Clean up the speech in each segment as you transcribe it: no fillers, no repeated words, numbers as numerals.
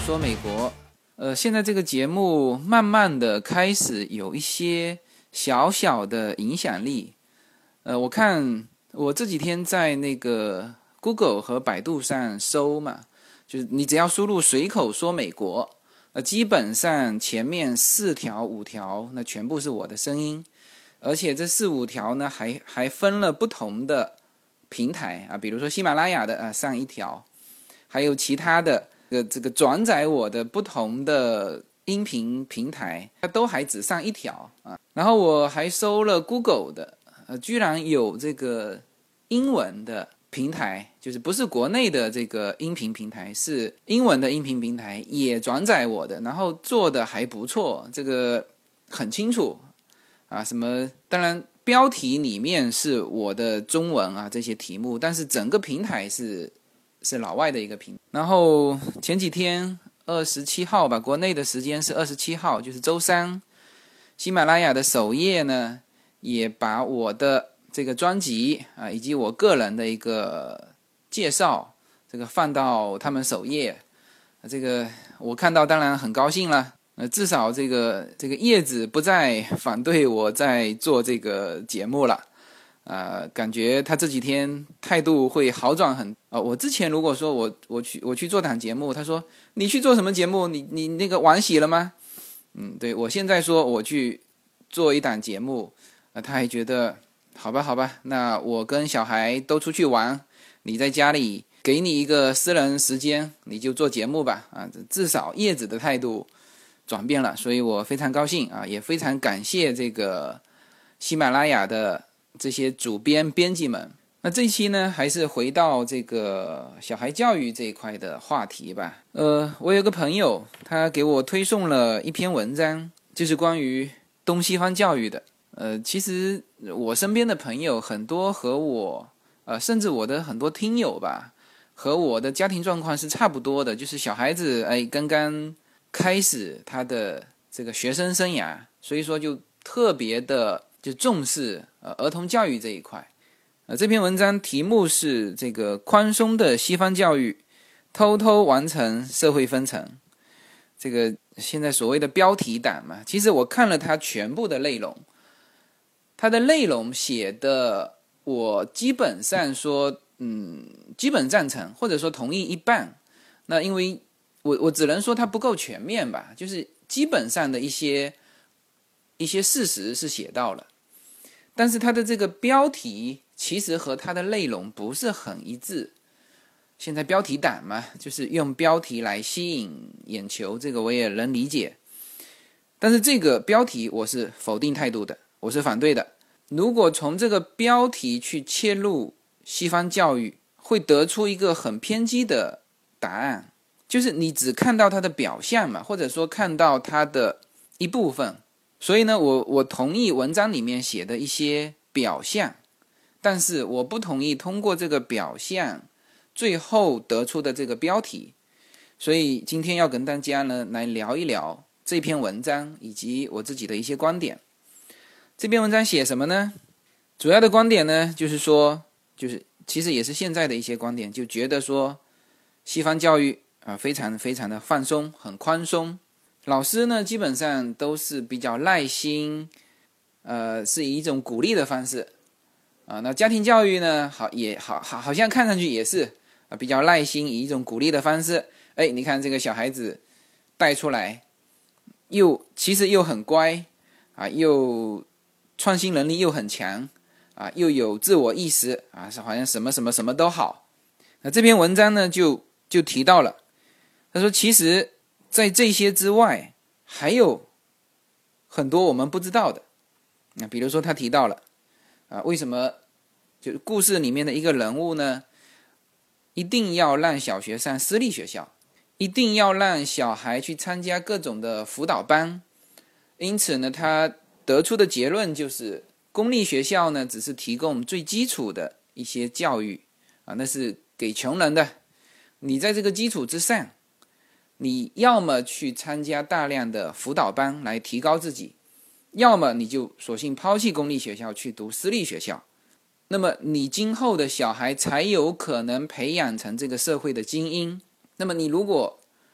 说美国，现在这个节目慢慢的开始有一些小小的影响力。我看我这几天在那个 Google 和百度上搜嘛，就是你只要输入随口说美国，基本上前面4条5条那全部是我的声音，而且这4、5条呢还分了不同的平台啊，比如说喜马拉雅的上1条，还有其他的这个转载我的不同的音频平台，它都还只上1条啊。然后我还搜了 Google 的，居然有这个英文的平台，就是不是国内的这个音频平台，是英文的音频平台也转载我的，然后做的还不错，这个很清楚啊。什么当然标题里面是我的中文啊这些题目，但是整个平台是老外的一个平台。然后前几天27号吧，国内的时间是27号，就是周三，喜马拉雅的首页呢也把我的这个专辑啊以及我个人的一个介绍这个放到他们首页，这个我看到当然很高兴了。至少这个叶子不再反对我在做这个节目了。感觉他这几天态度会好转很我之前如果说我去做档节目，他说你去做什么节目？你那个碗洗了吗？对，我现在说我去做一档节目，他还觉得好吧，那我跟小孩都出去玩，你在家里给你一个私人时间，你就做节目吧至少叶子的态度转变了，所以我非常高兴也非常感谢这个喜马拉雅的这些主编编辑们。那这一期呢还是回到这个小孩教育这一块的话题吧。我有个朋友他给我推送了一篇文章，就是关于东西方教育的。其实我身边的朋友很多和我甚至我的很多听友吧，和我的家庭状况是差不多的，就是小孩子刚刚开始他的这个学生生涯，所以说就特别的就重视儿童教育这一块。这篇文章题目是这个宽松的西方教育偷偷完成社会分层。这个现在所谓的标题党嘛，其实我看了它全部的内容，它的内容写的我基本上说基本赞成，或者说同意一半。那因为我只能说它不够全面吧，就是基本上的一些事实是写到了，但是它的这个标题其实和它的内容不是很一致。现在标题党嘛，就是用标题来吸引眼球，这个我也能理解。但是这个标题我是否定态度的，我是反对的。如果从这个标题去切入西方教育，会得出一个很偏激的答案，就是你只看到它的表象嘛，或者说看到它的一部分。所以呢，我同意文章里面写的一些表象，但是我不同意通过这个表象最后得出的这个标题。所以今天要跟大家呢来聊一聊这篇文章以及我自己的一些观点。这篇文章写什么呢？主要的观点呢就是说，就是其实也是现在的一些观点，就觉得说西方教育非常非常的放松，很宽松。老师呢基本上都是比较耐心，是以一种鼓励的方式那家庭教育呢好像看上去也是比较耐心，以一种鼓励的方式。你看这个小孩子带出来其实又很乖又创新能力又很强又有自我意识好像什么什么什么都好。那这篇文章呢就提到了，他说其实在这些之外还有很多我们不知道的。比如说他提到了为什么就是故事里面的一个人物呢一定要让小学上私立学校，一定要让小孩去参加各种的辅导班。因此呢他得出的结论就是公立学校呢只是提供最基础的一些教育那是给穷人的。你在这个基础之上，你要么去参加大量的辅导班来提高自己，要么你就索性抛弃公立学校去读私立学校。那么你今后的小孩才有可能培养成这个社会的精英。那么你如果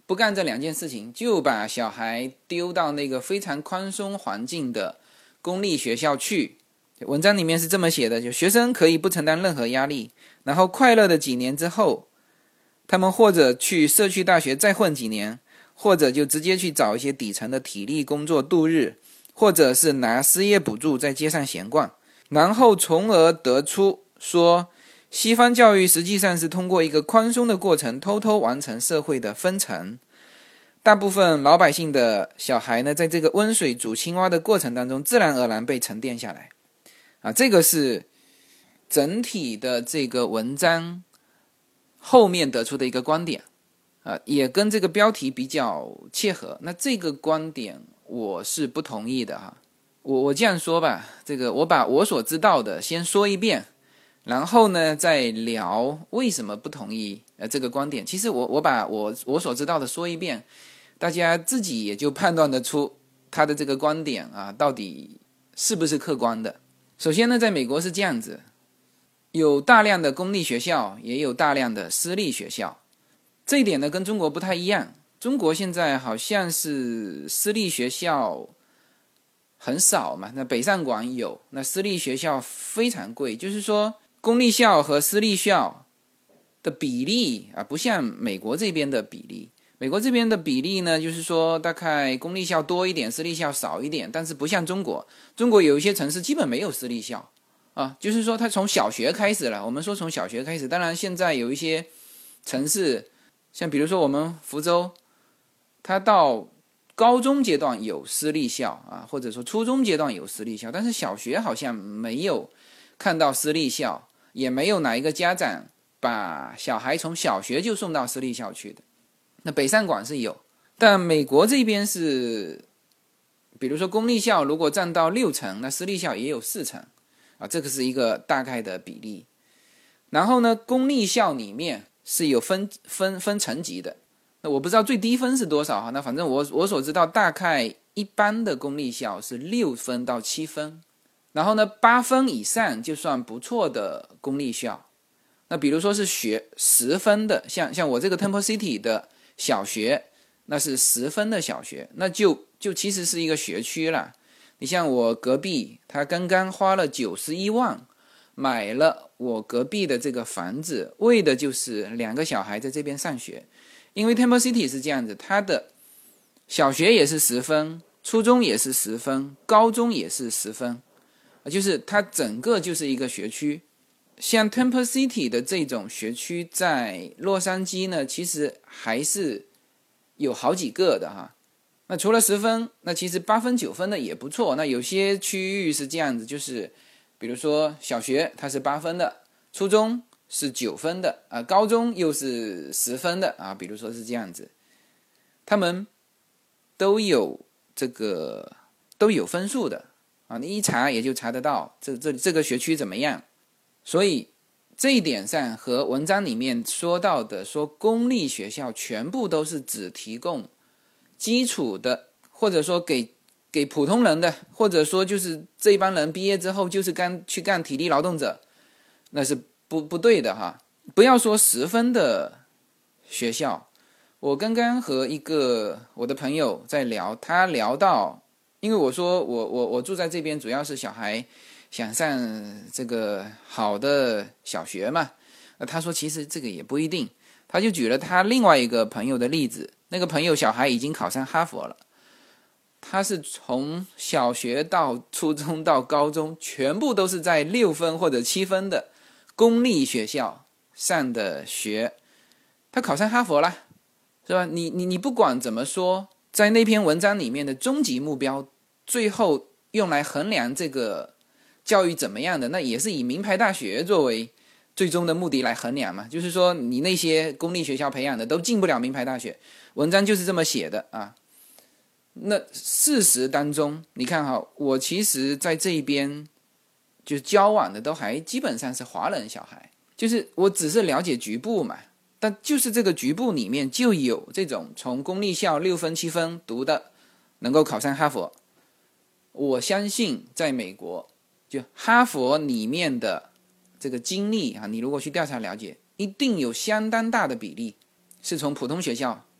不干这2件事情，就把小孩丢到那个非常宽松环境的公立学校去。文章里面是这么写的，就学生可以不承担任何压力，然后快乐的几年之后，他们或者去社区大学再混几年，或者就直接去找一些底层的体力工作度日，或者是拿失业补助在街上闲逛，然后从而得出说西方教育实际上是通过一个宽松的过程偷偷完成社会的分层。大部分老百姓的小孩呢，在这个温水煮青蛙的过程当中，自然而然被沉淀下来。这个是整体的这个文章后面得出的一个观点，也跟这个标题比较切合。那这个观点我是不同意的哈。我这样说吧，这个我把我所知道的先说一遍，然后呢再聊为什么不同意这个观点。其实我把我所知道的说一遍，大家自己也就判断得出他的这个观点到底是不是客观的。首先呢，在美国是这样子，有大量的公立学校，也有大量的私立学校。这一点呢跟中国不太一样，中国现在好像是私立学校很少嘛，那北上广有，那私立学校非常贵，就是说公立校和私立校的比例不像美国这边的比例。美国这边的比例呢，就是说大概公立校多一点，私立校少一点，但是不像中国，中国有一些城市基本没有私立校就是说它从小学开始了，我们说从小学开始，当然现在有一些城市，像比如说我们福州，它到高中阶段有私立校或者说初中阶段有私立校，但是小学好像没有看到私立校，也没有哪一个家长把小孩从小学就送到私立校去的。那北上广是有，但美国这边是，比如说公立校如果占到60%，那私立校也有40%这个是一个大概的比例。然后呢，公立校里面是有分层级的，那我不知道最低分是多少那反正我所知道，大概一般的公立校是6分到7分，然后呢8分以上就算不错的公立校。那比如说是学10分的，像我这个 Temple City 的小学，那是10分的小学，那就其实是一个学区啦。你像我隔壁，他刚刚花了91万买了我隔壁的这个房子，为的就是2个小孩在这边上学。因为 Temple City 是这样子，他的小学也是10分，初中也是10分，高中也是10分，就是它整个就是一个学区。像 Temple City 的这种学区在洛杉矶呢，其实还是有好几个的哈。那除了10分，那其实8分9分的也不错。那有些区域是这样子，就是比如说小学它是8分的，初中是9分的高中又是10分的比如说是这样子，他们都有分数的你一查也就查得到这个学区怎么样。所以这一点上和文章里面说到的说公立学校全部都是只提供基础的，或者说给普通人的，或者说就是这一帮人毕业之后就是去干体力劳动者，那是不对的哈。不要说10分的学校，我刚刚和一个我的朋友在聊，他聊到，因为我说我住在这边主要是小孩想上这个好的小学嘛，他说其实这个也不一定，他就举了他另外一个朋友的例子，那个朋友小孩已经考上哈佛了，他是从小学到初中到高中全部都是在6分或者7分的公立学校上的学，他考上哈佛了，是吧？你不管怎么说，在那篇文章里面的终极目标，最后用来衡量这个教育怎么样的，那也是以名牌大学作为最终的目的来衡量嘛，就是说你那些公立学校培养的都进不了名牌大学，文章就是这么写的那事实当中，你看我其实在这一边就交往的都还基本上是华人小孩，就是我只是了解局部嘛，但就是这个局部里面就有这种从公立校6分7分读的能够考上哈佛。我相信在美国就哈佛里面的这个经历你如果去调查了解，一定有相当大的比例是从普通学校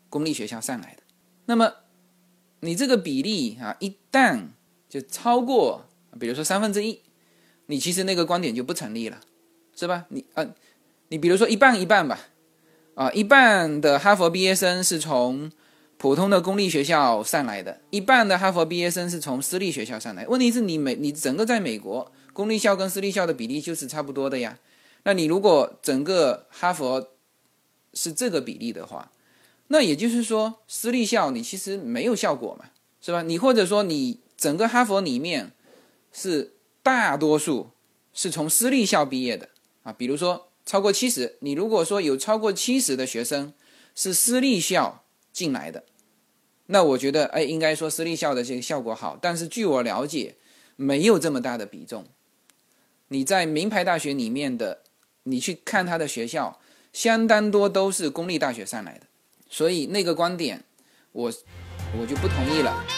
公立学校上来的。那么你这个比例啊，一旦就超过，比如说1/3，你其实那个观点就不成立了，是吧？你比如说一半一半吧，一半的哈佛毕业生是从普通的公立学校上来的，一半的哈佛毕业生是从私立学校上来。问题是你整个在美国，公立校跟私立校的比例就是差不多的呀。那你如果整个哈佛是这个比例的话，那也就是说私立校你其实没有效果嘛，是吧？你或者说你整个哈佛里面是大多数是从私立校毕业的比如说超过70%，你如果说有超过70%的学生是私立校进来的，那我觉得应该说私立校的这个效果好。但是据我了解，没有这么大的比重。你在名牌大学里面的，你去看他的学校，相当多都是公立大学上来的，所以那个观点我就不同意了。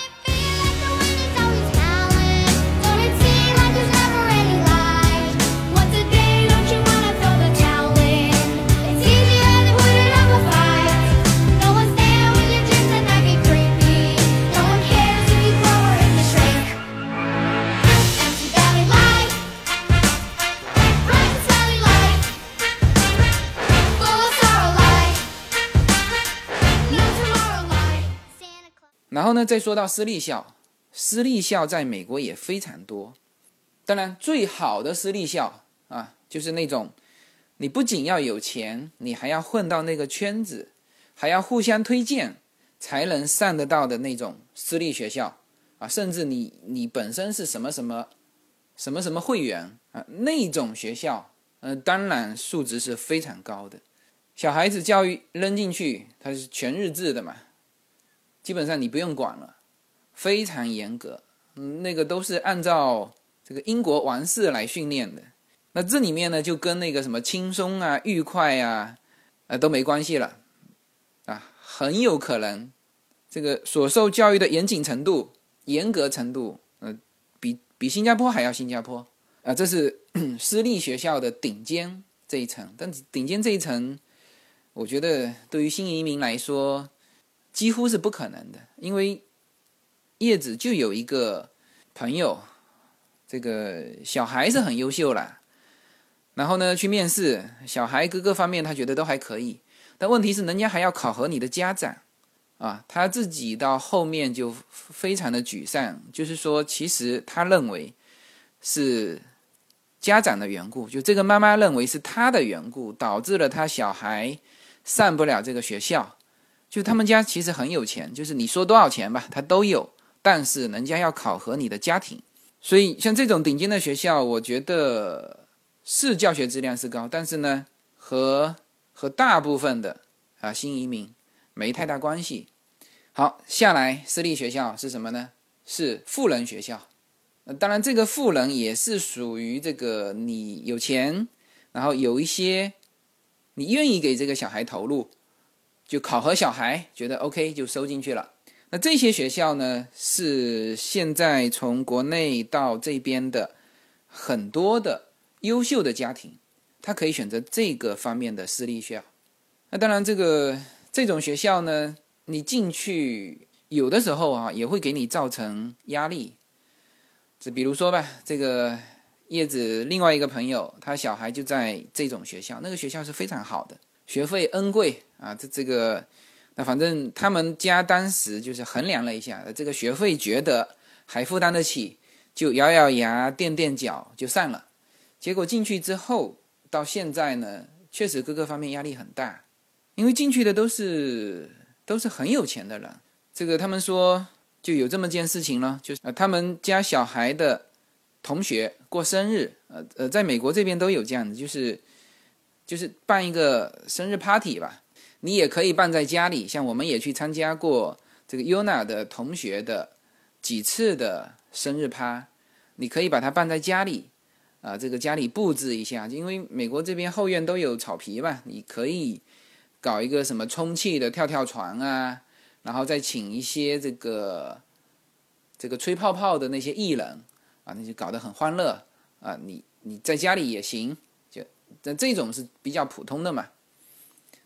然后呢，再说到私立校，私立校在美国也非常多。当然，最好的私立校就是那种你不仅要有钱，你还要混到那个圈子，还要互相推荐才能上得到的那种私立学校甚至你本身是什么什么会员那种学校当然素质是非常高的。小孩子教育扔进去，它是全日制的嘛，基本上你不用管了，非常严格，那个都是按照这个英国王室来训练的。那这里面呢，就跟那个什么轻松愉快都没关系了很有可能这个所受教育的严谨程度、严格程度比新加坡还要新加坡这是私立学校的顶尖这一层。但顶尖这一层，我觉得对于新移民来说几乎是不可能的。因为叶子就有一个朋友，这个小孩是很优秀啦，然后呢去面试，小孩各个方面他觉得都还可以，但问题是人家还要考核你的家长他自己到后面就非常的沮丧，就是说其实他认为是家长的缘故，就这个妈妈认为是他的缘故导致了他小孩上不了这个学校。就他们家其实很有钱，就是你说多少钱吧他都有，但是人家要考核你的家庭。所以像这种顶尖的学校，我觉得是教学质量是高，但是呢和大部分的新移民没太大关系。好，下来私立学校是什么呢？是富人学校。当然这个富人也是属于这个你有钱，然后有一些你愿意给这个小孩投入，就考核小孩觉得 OK 就收进去了。那这些学校呢，是现在从国内到这边的很多的优秀的家庭，他可以选择这个方面的私立学校。那当然这种学校呢，你进去有的时候也会给你造成压力。比如说吧，这个叶子另外一个朋友，他小孩就在这种学校，那个学校是非常好的，学费恩贵那反正他们家当时就是衡量了一下，这个学费觉得还负担得起，就咬咬牙垫垫脚就上了。结果进去之后到现在呢，确实各个方面压力很大，因为进去的都是很有钱的人。这个他们说就有这么件事情了，就是他们家小孩的同学过生日，在美国这边都有这样子，就是办一个生日 party 吧，你也可以办在家里。像我们也去参加过这个 Yuna 的同学的几次的生日趴，你可以把它办在家里这个家里布置一下，因为美国这边后院都有草皮嘛，你可以搞一个什么充气的跳跳床然后再请一些这个吹泡泡的那些艺人那就搞得很欢乐你在家里也行，就这种是比较普通的嘛。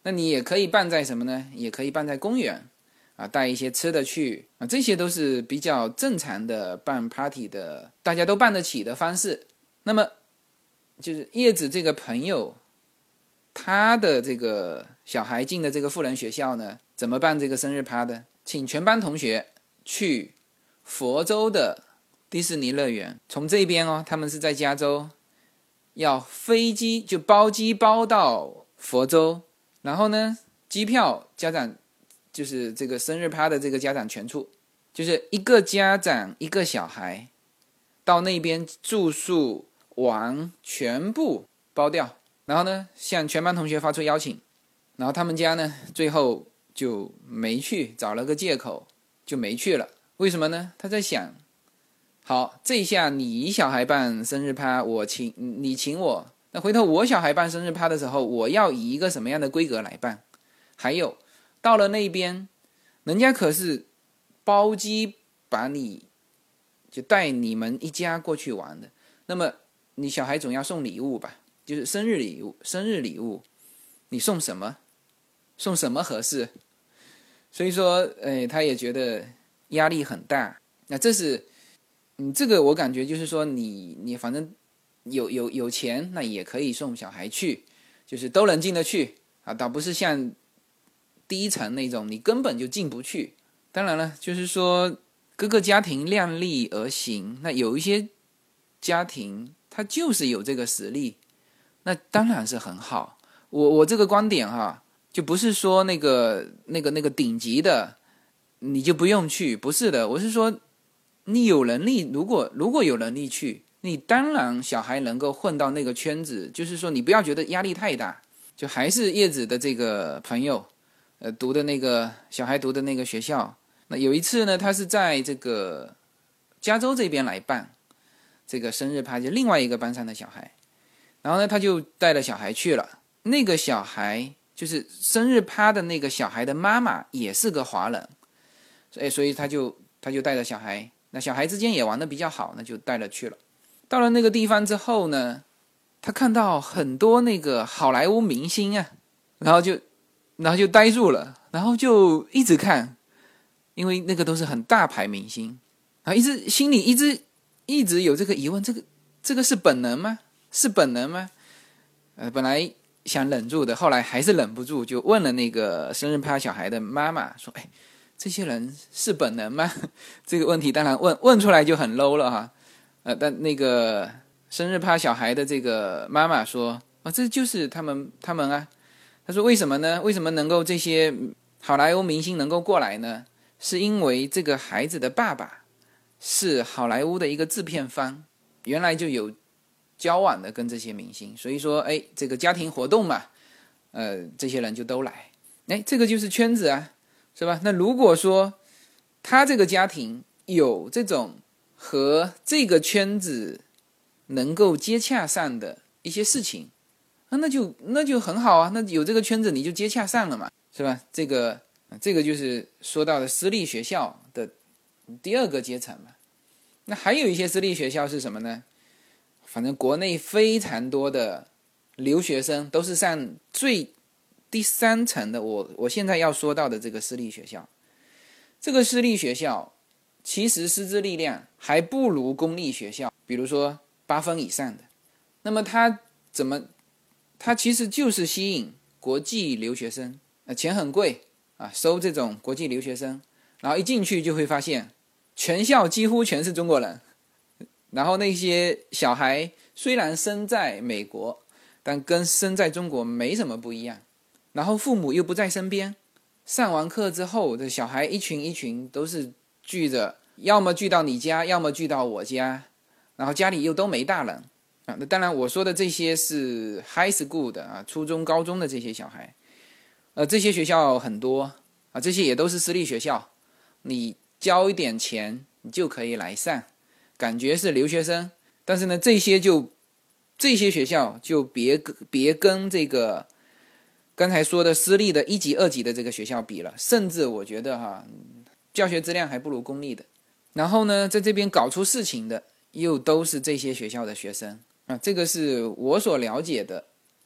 那你也可以办在什么呢？也可以办在公园啊，带一些吃的去啊，这些都是比较正常的办 party 的，大家都办得起的方式。那么就是叶子这个朋友，他的这个小孩进的这个富人学校呢，怎么办这个生日趴的？请全班同学去佛州的迪士尼乐园，从这边他们是在加州，要飞机就包机包到佛州，然后呢，机票家长就是这个生日趴的这个家长全出，就是一个家长一个小孩到那边住宿玩全部包掉，然后呢向全班同学发出邀请，然后他们家呢最后就没去，找了个借口就没去了。为什么呢？他在想，好，这一下你小孩办生日趴，你请我，那回头我小孩办生日趴的时候，我要以一个什么样的规格来办？还有到了那边，人家可是包机把你就带你们一家过去玩的，那么你小孩总要送礼物吧，就是生日礼物，你送什么？送什么合适？所以说，他也觉得压力很大。那这是，这个我感觉就是说你反正有钱，那也可以送小孩去，就是都能进得去啊，倒不是像第一层那种你根本就进不去。当然了，就是说各个家庭量力而行，那有一些家庭他就是有这个实力，那当然是很好。我这个观点就不是说那个顶级的你就不用去，不是的，我是说你有能力，如果有能力去，你当然小孩能够混到那个圈子，就是说你不要觉得压力太大。就还是叶子的这个朋友读的那个小孩读的那个学校，那有一次呢，他是在这个加州这边来办这个生日趴，就另外一个班上的小孩，然后呢他就带了小孩去了。那个小孩就是生日趴的那个小孩的妈妈也是个华人，所以他就带着小孩，那小孩之间也玩得比较好，那就带了去了。到了那个地方之后呢，他看到很多那个好莱坞明星啊，然后就呆住了，然后就一直看，因为那个都是很大牌明星，然后心里一直有这个疑问，这个是本能吗？是本能吗？本来想忍住的，后来还是忍不住，就问了那个生日趴小孩的妈妈说：“这些人是本能吗？”这个问题当然问出来就很 low 了哈。但那个生日趴小孩的这个妈妈说：“这就是他们啊。”他说：“为什么呢？为什么能够这些好莱坞明星能够过来呢？是因为这个孩子的爸爸是好莱坞的一个制片方，原来就有交往的跟这些明星，所以说这个家庭活动嘛，这些人就都来，这个就是圈子啊，是吧？那如果说他这个家庭有这种和这个圈子能够接洽上的一些事情，那就很好啊，那有这个圈子你就接洽上了嘛，是吧？这个就是说到的私立学校的第二个阶层嘛。那还有一些私立学校是什么呢？反正国内非常多的留学生都是上第三层的，我现在要说到的这个私立学校。这个私立学校其实师资力量还不如公立学校，比如说8分以上的。那么它其实就是吸引国际留学生，钱很贵啊，收这种国际留学生，然后一进去就会发现全校几乎全是中国人，然后那些小孩虽然生在美国，但跟生在中国没什么不一样，然后父母又不在身边，上完课之后这小孩一群一群都是聚着，要么聚到你家，要么聚到我家，然后家里又都没大人啊。那当然我说的这些是 high school 的啊，初中高中的这些小孩，这些学校很多啊，这些也都是私立学校，你交一点钱你就可以来上，感觉是留学生，但是呢这些学校就别跟这个刚才说的私立的1级2级的这个学校比了，甚至我觉得教学质量还不如公立的。然后呢在这边搞出事情的又都是这些学校的学生啊，这个是我所了解的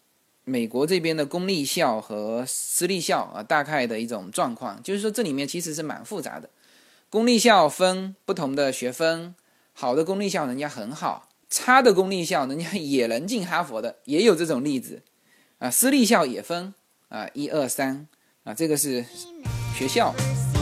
美国这边的公立校和私立校大概的一种状况，就是说这里面其实是蛮复杂的。公立校分不同的学分，好的公立校人家很好，差的公立校人家也能进哈佛的，也有这种例子私立校也分1、2、3这个是学校。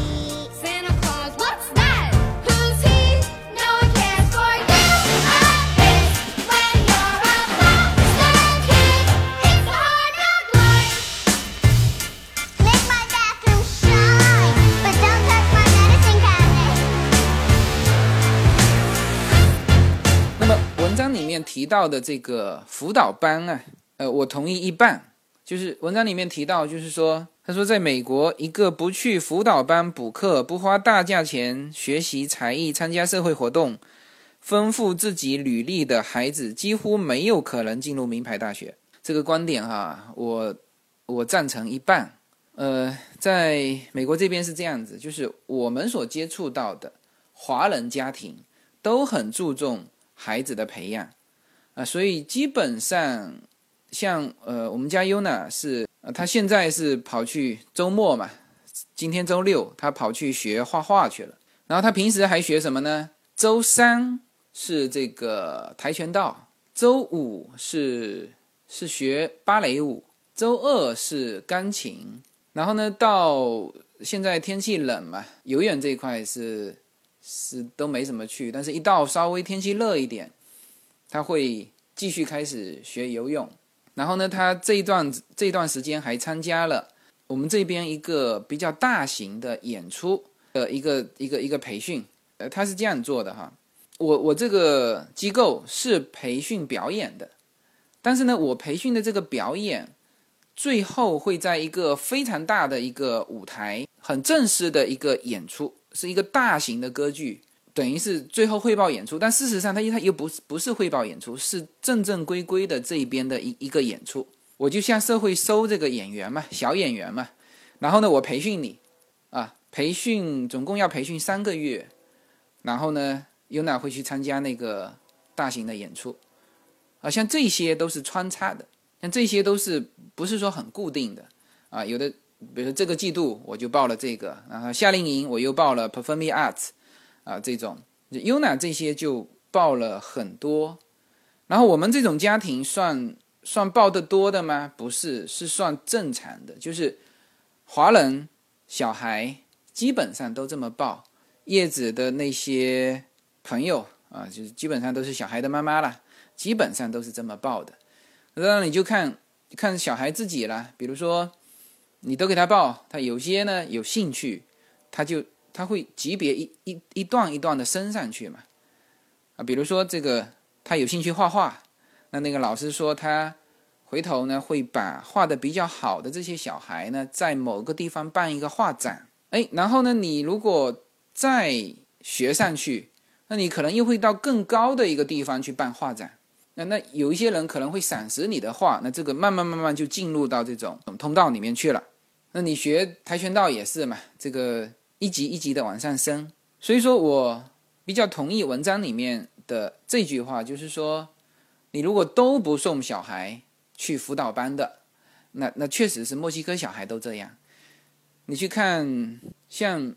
文章里面提到的这个辅导班我同意一半。就是文章里面提到，就是说，他说在美国，一个不去辅导班补课、不花大价钱学习才艺、参加社会活动、丰富自己履历的孩子，几乎没有可能进入名牌大学。这个观点我赞成一半。在美国这边是这样子，就是我们所接触到的华人家庭都很注重孩子的培养所以基本上像我们家 Yuna 是他现在是跑去周末嘛，今天周六他跑去学画画去了，然后他平时还学什么呢？周三是这个跆拳道，周五是学芭蕾舞，周二是钢琴，然后呢到现在天气冷嘛，游泳这一块是都没什么去，但是一到稍微天气热一点，他会继续开始学游泳。然后呢，他这一段时间还参加了我们这边一个比较大型的演出的一个培训。他是这样做的哈，我这个机构是培训表演的，但是呢，我培训的这个表演最后会在一个非常大的一个舞台，很正式的一个演出，是一个大型的歌剧，等于是最后汇报演出，但事实上它又不是汇报演出，是正正规规的这一边的一个演出。我就向社会收这个演员嘛，小演员嘛，然后呢我培训你培训总共要培训3个月，然后呢 Yuna 会去参加那个大型的演出像这些都是穿插的，像这些都是不是说很固定的有的比如说这个季度我就报了这个，然后夏令营我又报了 Performing Arts这种 Yuna 这些就报了很多。然后我们这种家庭算报得多的吗？不是，是算正常的，就是华人小孩基本上都这么报。叶子的那些朋友就是基本上都是小孩的妈妈啦，基本上都是这么报的。当然你就看小孩自己啦，比如说你都给他报，他有些呢有兴趣，他会级别一段一段的升上去嘛比如说这个他有兴趣画画，那个老师说他回头呢会把画的比较好的这些小孩呢在某个地方办一个画展然后呢你如果再学上去，那你可能又会到更高的一个地方去办画展，那有一些人可能会赏识你的画，那这个慢慢就进入到这种通道里面去了。那你学跆拳道也是嘛，这个一级一级的往上升。所以说我比较同意文章里面的这句话，就是说你如果都不送小孩去辅导班的，那确实是墨西哥小孩都这样。你去看像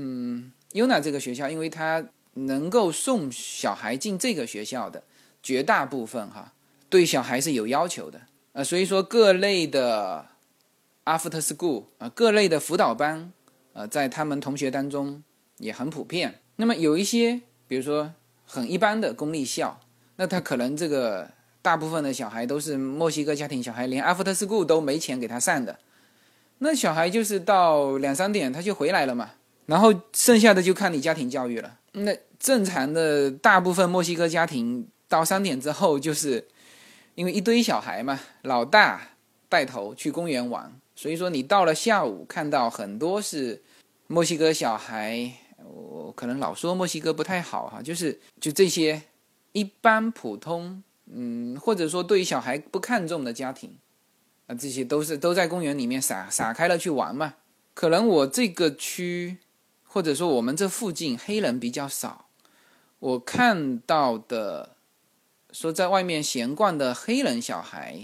Yuna 这个学校，因为他能够送小孩进这个学校的绝大部分对小孩是有要求的所以说各类的 after school 各类的辅导班在他们同学当中也很普遍。那么有一些比如说很一般的公立校，那他可能这个大部分的小孩都是墨西哥家庭小孩，连 after school 都没钱给他上的，那小孩就是到2、3点他就回来了嘛，然后剩下的就看你家庭教育了。那正常的大部分墨西哥家庭到3点之后，就是因为一堆小孩嘛，老大带头去公园玩，所以说你到了下午看到很多是墨西哥小孩，我可能老说墨西哥不太好就这些一般普通或者说对于小孩不看重的家庭这些都在公园里面撒开了去玩嘛。可能我这个区或者说我们这附近黑人比较少，我看到的说在外面闲逛的黑人小孩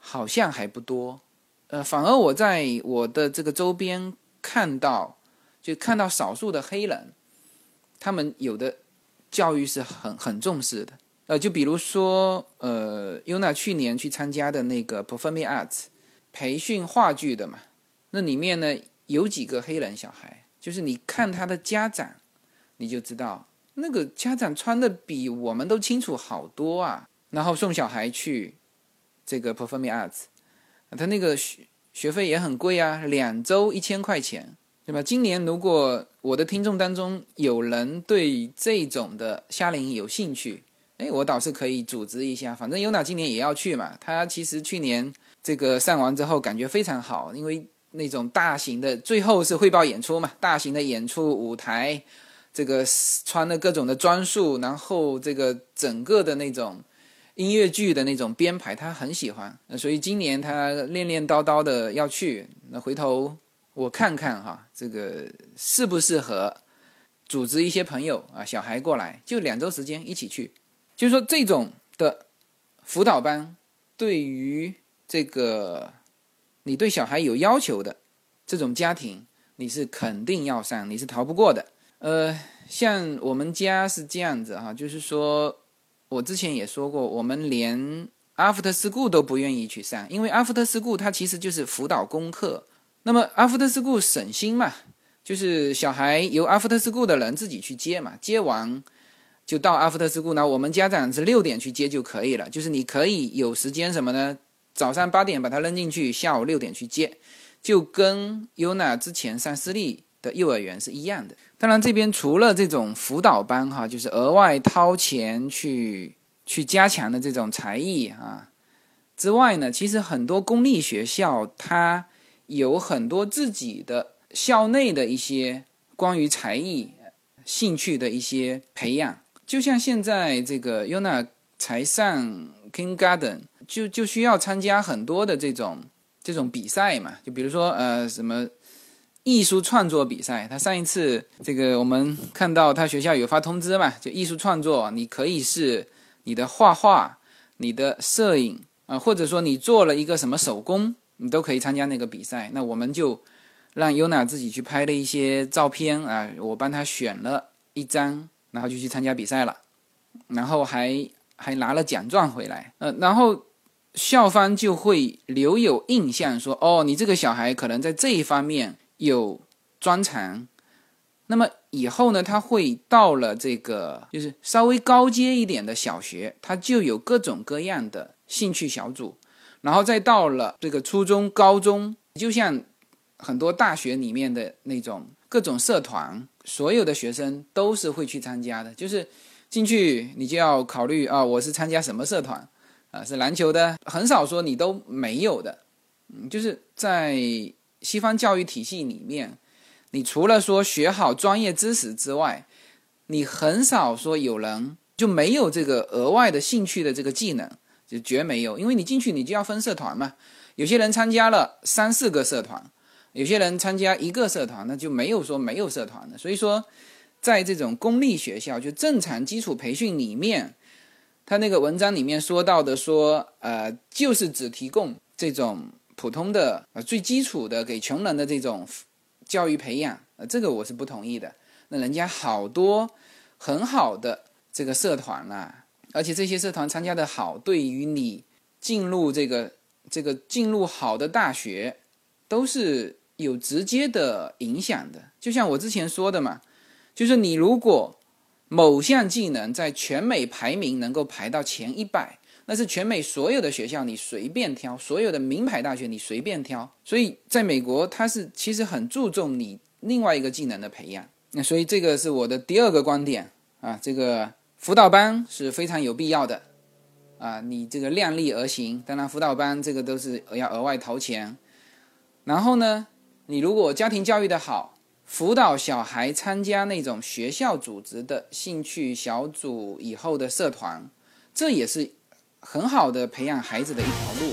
好像还不多。反而我在我的这个周边看到少数的黑人，他们有的教育是很重视的。就比如说Yuna 去年去参加的那个 Performing Arts 培训话剧的嘛，那里面呢有几个黑人小孩，就是你看他的家长你就知道，那个家长穿的比我们都清楚好多啊。然后送小孩去这个 Performing Arts， 他那个学费也很贵啊，2周1000块钱，对吧？今年如果我的听众当中有人对这种的夏令营有兴趣，我倒是可以组织一下，反正Yuna今年也要去嘛。他其实去年这个上完之后感觉非常好，因为那种大型的最后是汇报演出嘛，大型的演出舞台，这个穿了各种的装束，然后这个整个的那种音乐剧的那种编排他很喜欢，所以今年他练叨叨的要去。那回头我看看哈，这个适不适合组织一些朋友啊小孩过来，就2周时间一起去。就是说这种的辅导班对于这个你对小孩有要求的这种家庭，你是肯定要上，你是逃不过的。像我们家是这样子哈，就是说我之前也说过，我们连 After School 都不愿意去上，因为 After School 它其实就是辅导功课。那么 After School 省心嘛，就是小孩由 After School 的人自己去接嘛，接完就到 After School 呢，我们家长是6点去接就可以了。就是你可以有时间什么呢？早上8点把他扔进去，下午6点去接，就跟 Yuna 之前上私立的幼儿园是一样的。当然这边除了这种辅导班哈，就是额外掏钱去加强的这种才艺啊之外呢，其实很多公立学校它有很多自己的校内的一些关于才艺兴趣的一些培养。就像现在这个 Yuna 才上 Kindergarten， 就需要参加很多的这种比赛嘛，就比如说什么艺术创作比赛。他上一次这个我们看到他学校有发通知嘛，就艺术创作，你可以是你的画画、你的摄影或者说你做了一个什么手工，你都可以参加那个比赛。那我们就让 Yuna 自己去拍了一些照片啊，我帮他选了1张，然后就去参加比赛了，然后还拿了奖状回来。然后校方就会留有印象说，你这个小孩可能在这一方面有专长。那么以后呢，他会到了这个就是稍微高阶一点的小学，他就有各种各样的兴趣小组，然后再到了这个初中、高中，就像很多大学里面的那种各种社团，所有的学生都是会去参加的。就是进去你就要考虑我是参加什么社团是篮球的，很少说你都没有的。就是在西方教育体系里面，你除了说学好专业知识之外，你很少说有人就没有这个额外的兴趣的这个技能，就绝没有。因为你进去你就要分社团嘛，有些人参加了3、4个社团，有些人参加1个社团，那就没有说没有社团的。所以说在这种公立学校，就正常基础培训里面，他那个文章里面说到的说就是只提供这种普通的最基础的给穷人的这种教育培养，这个我是不同意的。那人家好多很好的这个社团而且这些社团参加的好，对于你进入这个进入好的大学都是有直接的影响的。就像我之前说的嘛，就是你如果某项技能在全美排名能够排到前100，那是全美所有的学校你随便挑，所有的名牌大学你随便挑。所以在美国它是其实很注重你另外一个技能的培养。那所以这个是我的第2个观点这个辅导班是非常有必要的你这个量力而行。当然辅导班这个都是要额外掏钱。然后呢，你如果家庭教育的好，辅导小孩参加那种学校组织的兴趣小组以后的社团，这也是很好的培养孩子的一条路。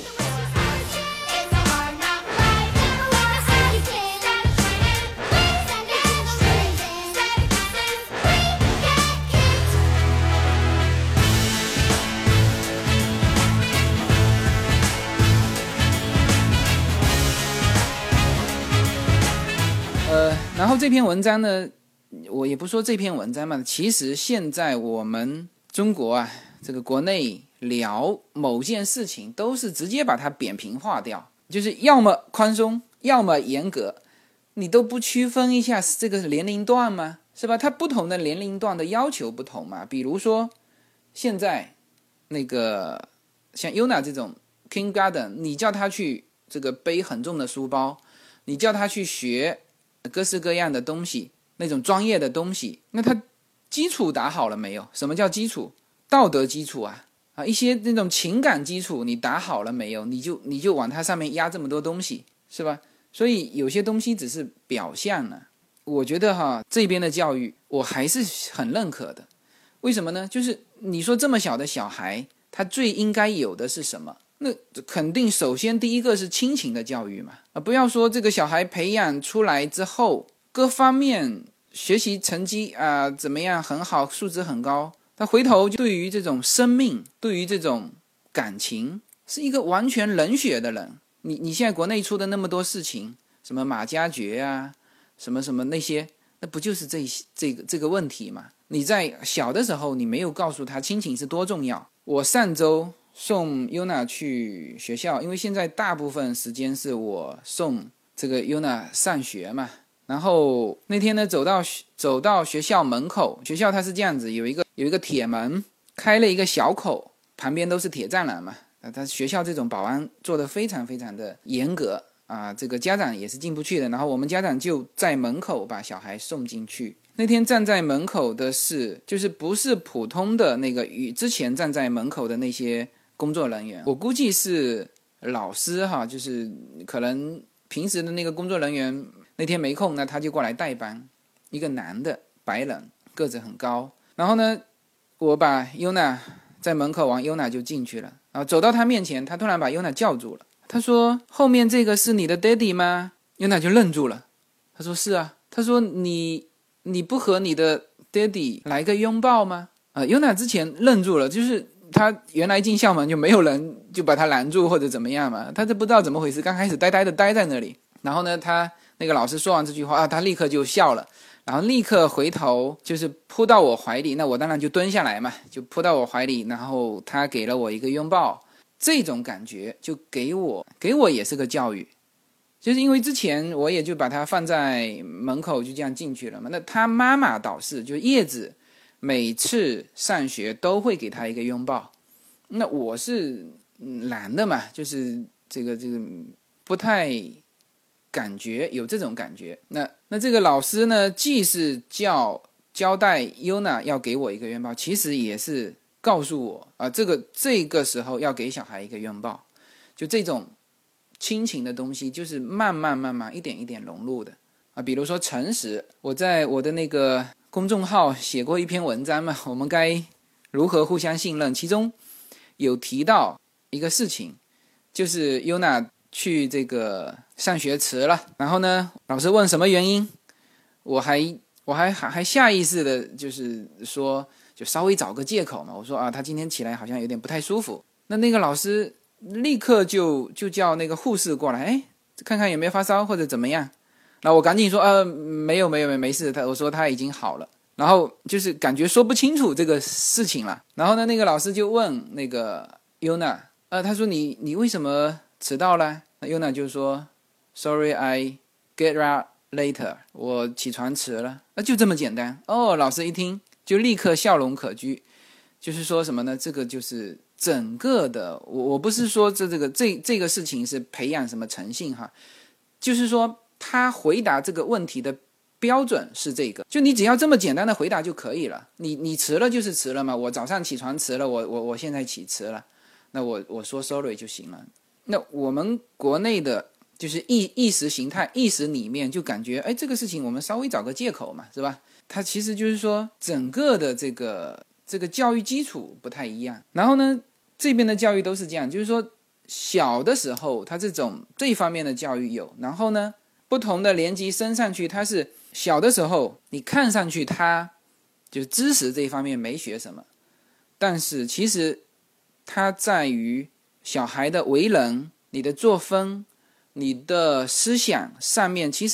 这篇文章呢，我也不说这篇文章嘛，其实现在我们中国啊，这个国内聊某件事情都是直接把它扁平化掉，就是要么宽松，要么严格，你都不区分一下这个年龄段吗？是吧？它不同的年龄段的要求不同嘛。比如说现在那个像 Yuna 这种 Kindergarten， 你叫他去这个背很重的书包，你叫他去学各式各样的东西，那种专业的东西，那他基础打好了没有？什么叫基础？道德基础啊，一些那种情感基础你打好了没有？你就往它上面压这么多东西，是吧？所以有些东西只是表象了。我觉得这边的教育我还是很认可的。为什么呢？就是你说这么小的小孩，他最应该有的是什么？那肯定首先第一个是亲情的教育嘛，不要说这个小孩培养出来之后各方面学习成绩怎么样很好，素质很高，他回头就对于这种生命，对于这种感情是一个完全冷血的人。你现在国内出的那么多事情，什么马加爵什么什么那些，那不就是这个问题吗？你在小的时候你没有告诉他亲情是多重要。我上周送 Yuna 去学校，因为现在大部分时间是我送这个 Yuna 上学嘛。然后那天呢，走到学校门口，学校它是这样子，有一个铁门，开了一个小口，旁边都是铁栅栏嘛。他学校这种保安做得非常非常的严格这个家长也是进不去的。然后我们家长就在门口把小孩送进去。那天站在门口的就是不是普通的那个与之前站在门口的那些工作人员，我估计是老师就是可能平时的那个工作人员那天没空，那他就过来代班，一个男的白人，个子很高。然后呢，我把 Yuna 在门口完 Yuna 就进去了，然后走到他面前，他突然把 Yuna 叫住了，他说后面这个是你的 daddy 吗？ Yuna 就愣住了，他说是啊。他说你不和你的 daddy 来个拥抱吗？Yuna 之前愣住了，就是他原来进校门就没有人就把他拦住或者怎么样嘛，他就不知道怎么回事，刚开始呆呆的待在那里。然后呢，他那个老师说完这句话他立刻就笑了，然后立刻回头就是扑到我怀里，那我当然就蹲下来嘛，就扑到我怀里，然后他给了我一个拥抱。这种感觉就给我也是个教育，就是因为之前我也就把他放在门口就这样进去了嘛。那他妈妈导师就叶子每次上学都会给他一个拥抱，那我是男的嘛，就是这个不太感觉有这种感觉。那这个老师呢，既是交代 Yuna 要给我一个拥抱，其实也是告诉我这个时候要给小孩一个拥抱。就这种亲情的东西就是慢慢一点一点融入的比如说诚实，我在我的那个公众号写过一篇文章嘛，我们该如何互相信任，其中有提到一个事情，就是 Yuna 去这个上学迟了，然后呢老师问什么原因，我还下意识的就是说就稍微找个借口嘛，我说他今天起来好像有点不太舒服。那个老师立刻就叫那个护士过来，看看有没有发烧或者怎么样。然后我赶紧说没有没事，我说他已经好了。然后就是感觉说不清楚这个事情了。然后呢那个老师就问那个 Yuna 他说你为什么迟到了？ Yuna 就说 Sorry I get up later， 我起床迟了。就这么简单老师一听就立刻笑容可掬，就是说什么呢？这个就是整个的，我不是说这个事情是培养什么诚信就是说他回答这个问题的标准是这个，就你只要这么简单的回答就可以了。你迟了就是迟了嘛，我早上起床迟了，我现在起迟了，那我说 sorry 就行了。那我们国内的就是意识形态意识里面就感觉这个事情我们稍微找个借口嘛，是吧？它其实就是说整个的这个教育基础不太一样。然后呢这边的教育都是这样，就是说小的时候他这方面的教育有，然后呢不同的年级升上去，他是小的时候你看上去他就是知识这一方面没学什么，但是其实他在于小孩的为人，你的作风，你的思想上面其实是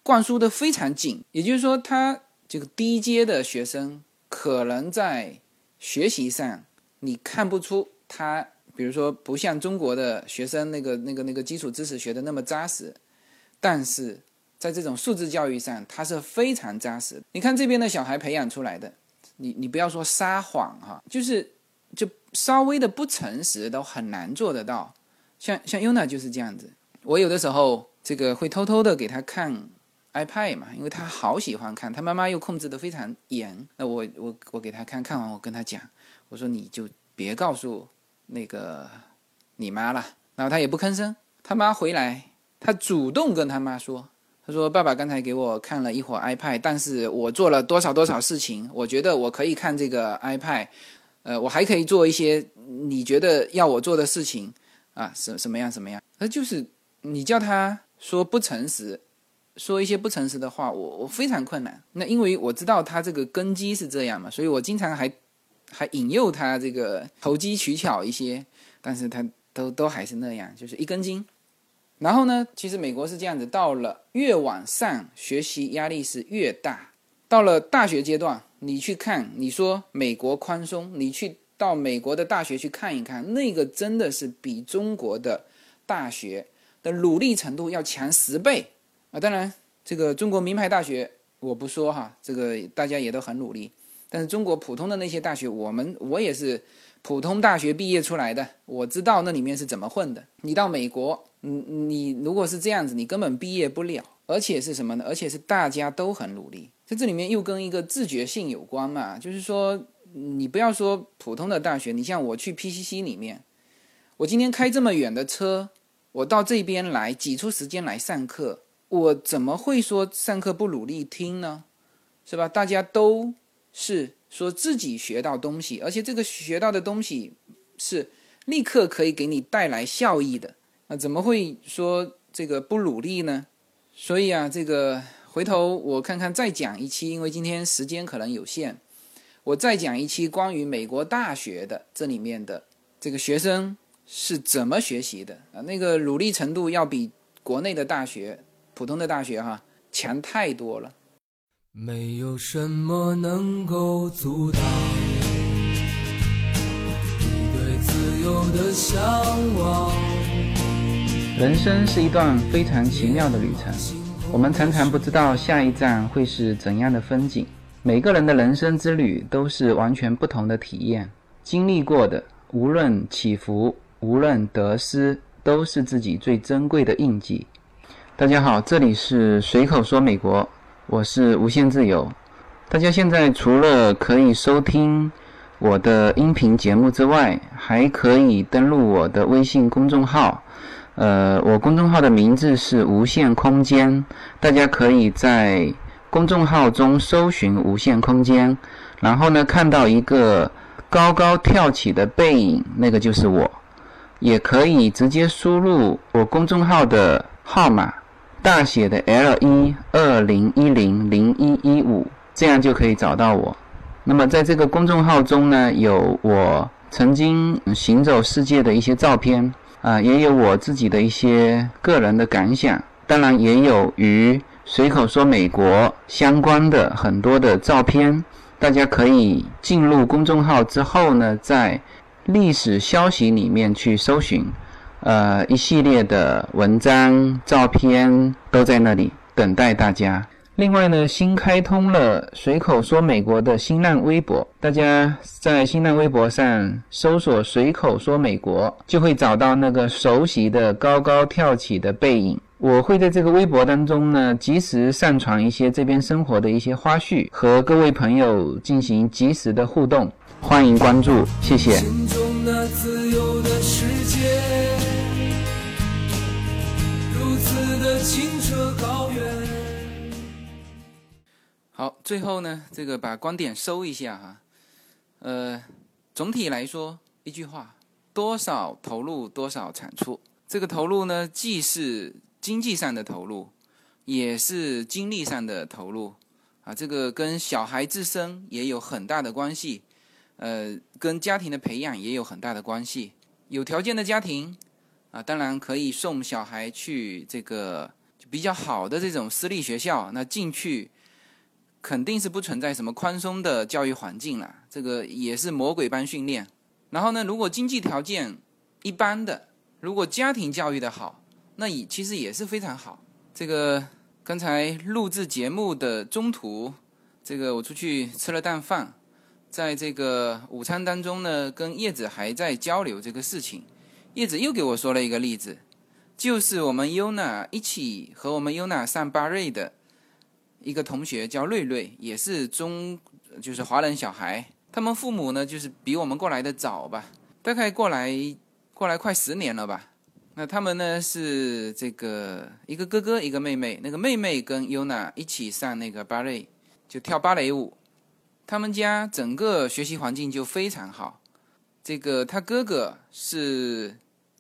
灌输的非常紧，也就是说他这个低阶的学生可能在学习上你看不出他，比如说不像中国的学生那个基础知识学的那么扎实，但是在这种素质教育上他是非常扎实。你看这边的小孩培养出来的，你不要说撒谎哈，就稍微的不诚实都很难做得到。像 Yuna 就是这样子，我有的时候这个会偷偷的给他看 iPad 嘛，因为他好喜欢看，他妈妈又控制得非常严。那我给他看完，我跟他讲，我说你就别告诉那个你妈了。然后他也不吭声，他妈回来，他主动跟他妈说，他说爸爸刚才给我看了一会儿 iPad， 但是我做了多少事情，我觉得我可以看这个 iPad，我还可以做一些你觉得要我做的事情啊，什么样，那就是你叫他说不诚实，说一些不诚实的话，我非常困难。那因为我知道他这个根基是这样嘛，所以我经常还引诱他这个投机取巧一些，但是他都还是那样，就是一根筋。然后呢，其实美国是这样子，到了越往上学习压力是越大，到了大学阶段你去看，你说美国宽松，你去到美国的大学去看一看，那个真的是比中国的大学的努力程度要强10倍啊！当然这个中国名牌大学我不说哈，这个大家也都很努力，但是中国普通的那些大学，我也是普通大学毕业出来的，我知道那里面是怎么混的。你到美国，你如果是这样子，你根本毕业不了。而且是什么呢？而且是大家都很努力，在这里面又跟一个自觉性有关嘛。就是说，你不要说普通的大学，你像我去 PCC 里面，我今天开这么远的车，我到这边来挤出时间来上课，我怎么会说上课不努力听呢？是吧？大家都是说自己学到东西，而且这个学到的东西是立刻可以给你带来效益的，那怎么会说这个不努力呢？所以啊，这个回头我看看再讲一期，因为今天时间可能有限，我再讲一期关于美国大学的这里面的这个学生是怎么学习的啊，那个努力程度要比国内的大学普通的大学强太多了。 没有什么能够阻挡你对自由的向往。 人生是一段非常奇妙的旅程，我们常常不知道下一站会是怎样的风景。每个人的人生之旅都是完全不同的体验，经历过的无论起伏，无论得失，都是自己最珍贵的印记。大家好，这里是随口说美国，我是无限自由。大家现在除了可以收听我的音频节目之外，还可以登录我的微信公众号。我公众号的名字是无限空间，大家可以在公众号中搜寻无限空间，然后呢看到一个高高跳起的背影，那个就是我。也可以直接输入我公众号的号码，大写的 L120100115，这样就可以找到我。那么在这个公众号中呢，有我曾经行走世界的一些照片也有我自己的一些个人的感想，当然也有与随口说美国相关的很多的照片。大家可以进入公众号之后呢，在历史消息里面去搜寻一系列的文章照片都在那里等待大家。另外呢，新开通了随口说美国的新浪微博，大家在新浪微博上搜索随口说美国，就会找到那个熟悉的高高跳起的背影。我会在这个微博当中呢，及时上传一些这边生活的一些花絮，和各位朋友进行及时的互动，欢迎关注，谢谢。 心中那自由的世界，如此的清澈高远。 好，最后呢，这个把观点收一下总体来说一句话，多少投入多少产出。这个投入呢，既是经济上的投入，也是精力上的投入这个跟小孩自身也有很大的关系，跟家庭的培养也有很大的关系。有条件的家庭当然可以送小孩去这个就比较好的这种私立学校，那进去肯定是不存在什么宽松的教育环境了，这个也是魔鬼般训练。然后呢，如果经济条件一般的，如果家庭教育的好，那其实也是非常好。这个刚才录制节目的中途，这个我出去吃了顿饭，在这个午餐当中呢，跟叶子还在交流这个事情。叶子又给我说了一个例子，就是我们 Yona 一起和我们 Yona 上巴瑞的一个同学叫瑞瑞，也是就是华人小孩。他们父母呢，就是比我们过来的早吧，大概过来快10年了吧。那他们呢是这个一个哥哥一个妹妹，那个妹妹跟 Yona 一起上那个芭蕾，就跳芭蕾舞。他们家整个学习环境就非常好。这个他哥哥是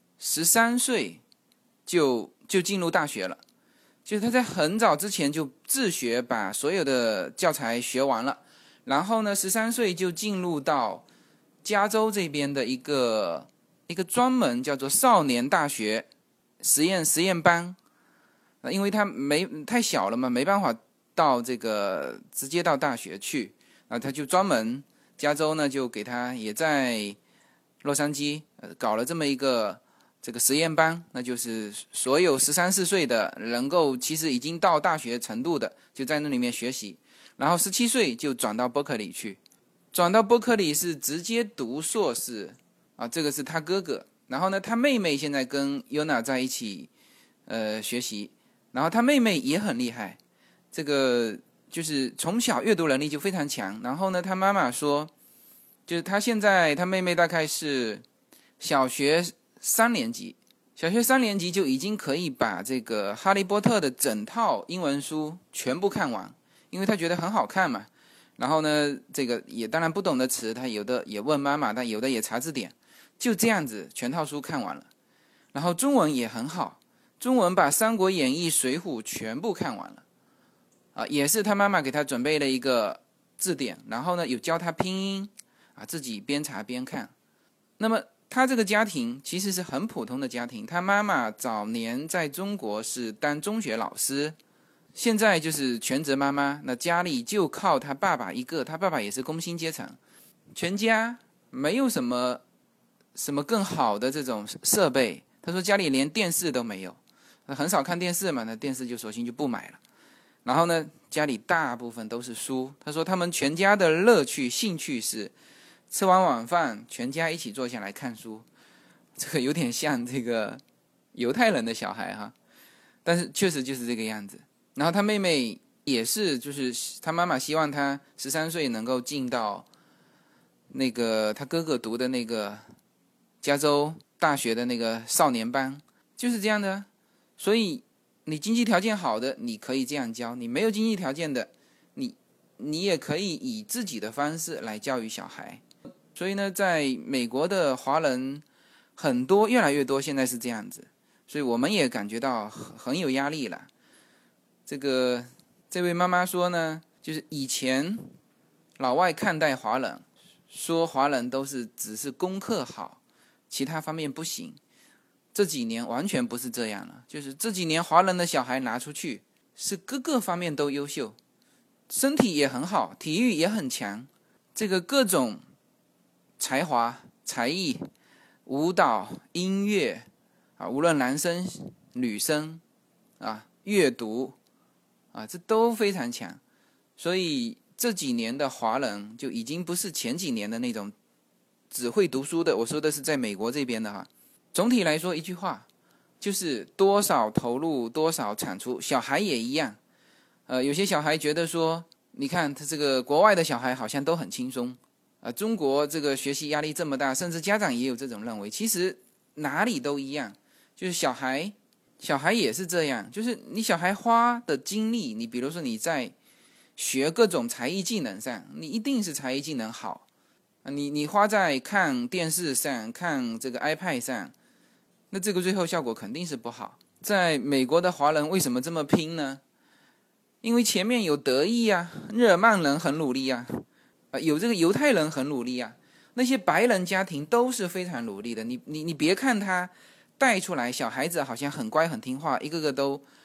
13岁就进入大学了，就是他在很早之前就自学把所有的教材学完了，然后呢13岁就进入到加州这边的一个专门叫做少年大学实验班。因为他太小了嘛，没办法到这个直接到大学去，他就专门加州呢就给他也在洛杉矶搞了这么一个这个实验班，那就是所有13、14岁的能够其实已经到大学程度的就在那里面学习，然后17岁就转到伯克利去，转到伯克利是直接读硕士这个是他哥哥。然后呢，他妹妹现在跟 Yona 在一起学习，然后他妹妹也很厉害，这个就是从小阅读能力就非常强。然后呢，他妈妈说，就是他现在他妹妹大概是小学3年级就已经可以把这个哈利波特的整套英文书全部看完，因为他觉得很好看嘛。然后呢，这个也当然不懂的词，他有的也问妈妈，但有的也查字典，就这样子全套书看完了。然后中文也很好，中文把《三国演义》《水浒》全部看完了也是他妈妈给他准备了一个字典，然后呢有教他拼音自己边查边看。那么他这个家庭其实是很普通的家庭，他妈妈早年在中国是当中学老师，现在就是全职妈妈，那家里就靠他爸爸一个，他爸爸也是工薪阶层，全家没有什么更好的这种设备。他说家里连电视都没有，很少看电视嘛，那电视就索性就不买了。然后呢，家里大部分都是书。他说他们全家的乐趣兴趣是吃完晚饭全家一起坐下来看书，这个有点像这个犹太人的小孩哈，但是确实就是这个样子。然后他妹妹也是，就是他妈妈希望他13岁能够进到那个他哥哥读的那个加州大学的那个少年班，就是这样的。所以你经济条件好的你可以这样教，你没有经济条件的你也可以以自己的方式来教育小孩。所以呢，在美国的华人很多，越来越多，现在是这样子，所以我们也感觉到很有压力了。这位妈妈说呢，就是以前老外看待华人，说华人都是只是功课好，其他方面不行。这几年完全不是这样了，就是这几年华人的小孩拿出去是各个方面都优秀，身体也很好，体育也很强，这个各种才华、才艺、舞蹈、音乐无论男生女生阅读这都非常强。所以这几年的华人就已经不是前几年的那种只会读书的，我说的是在美国这边的哈。总体来说一句话，就是多少投入多少产出。小孩也一样，有些小孩觉得说，你看他这个国外的小孩好像都很轻松中国这个学习压力这么大，甚至家长也有这种认为。其实哪里都一样，就是小孩也是这样，就是你小孩花的精力，你比如说你在学各种才艺技能上，你一定是才艺技能好你花在看电视上，看这个 iPad 上，那这个最后效果肯定是不好。在美国的华人为什么这么拼呢？因为前面有德裔日耳曼人很努力有这个犹太人很努力那些白人家庭都是非常努力的。你别看他带出来小孩子好像很乖很听话，一个个都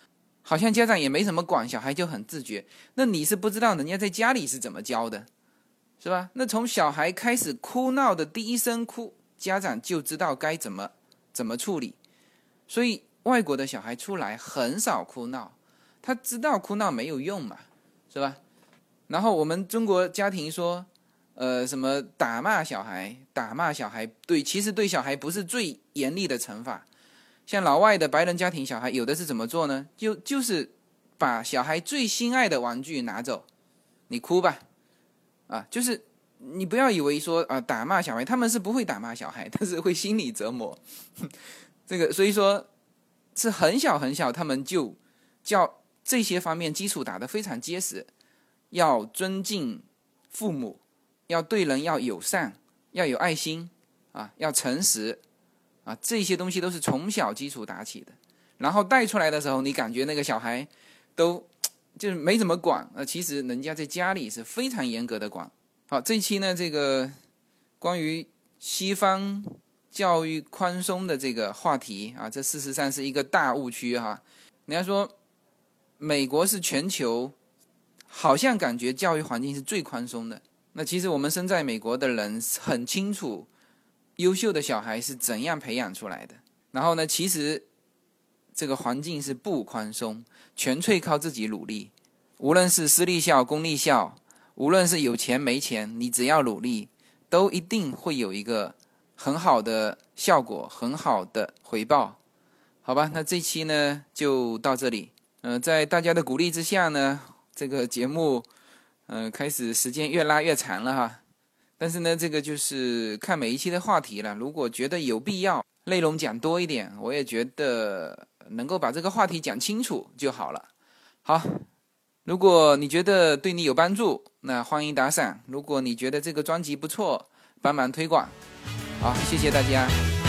好像家长也没什么管，小孩就很自觉。那你是不知道人家在家里是怎么教的，是吧？那从小孩开始哭闹的第一声哭，家长就知道该怎么处理。所以外国的小孩出来很少哭闹，他知道哭闹没有用嘛，是吧？然后我们中国家庭说，什么打骂小孩，对，其实对小孩不是最严厉的惩罚。像老外的白人家庭小孩，有的是怎么做呢？就是把小孩最心爱的玩具拿走，你哭吧，就是你不要以为说打骂小孩，他们是不会打骂小孩，但是会心理折磨。这个所以说是很小很小，他们就叫这些方面基础打得非常结实，要尊敬父母，要对人要友善，要有爱心要诚实这些东西都是从小基础打起的。然后带出来的时候，你感觉那个小孩都就是没怎么管，其实人家在家里是非常严格的管。好，这一期呢，这个关于西方教育宽松的这个话题这事实上是一个大误区人家说美国是全球好像感觉教育环境是最宽松的，那其实我们身在美国的人很清楚优秀的小孩是怎样培养出来的。然后呢，其实这个环境是不宽松，全粹靠自己努力。无论是私立校、公立校，无论是有钱没钱，你只要努力，都一定会有一个很好的效果，很好的回报。好吧，那这期呢就到这里。在大家的鼓励之下呢，这个节目开始时间越拉越长了但是呢，这个就是看每一期的话题了。如果觉得有必要，内容讲多一点，我也觉得能够把这个话题讲清楚就好了。好，如果你觉得对你有帮助，那欢迎打赏。如果你觉得这个专辑不错，帮忙推广。好，谢谢大家。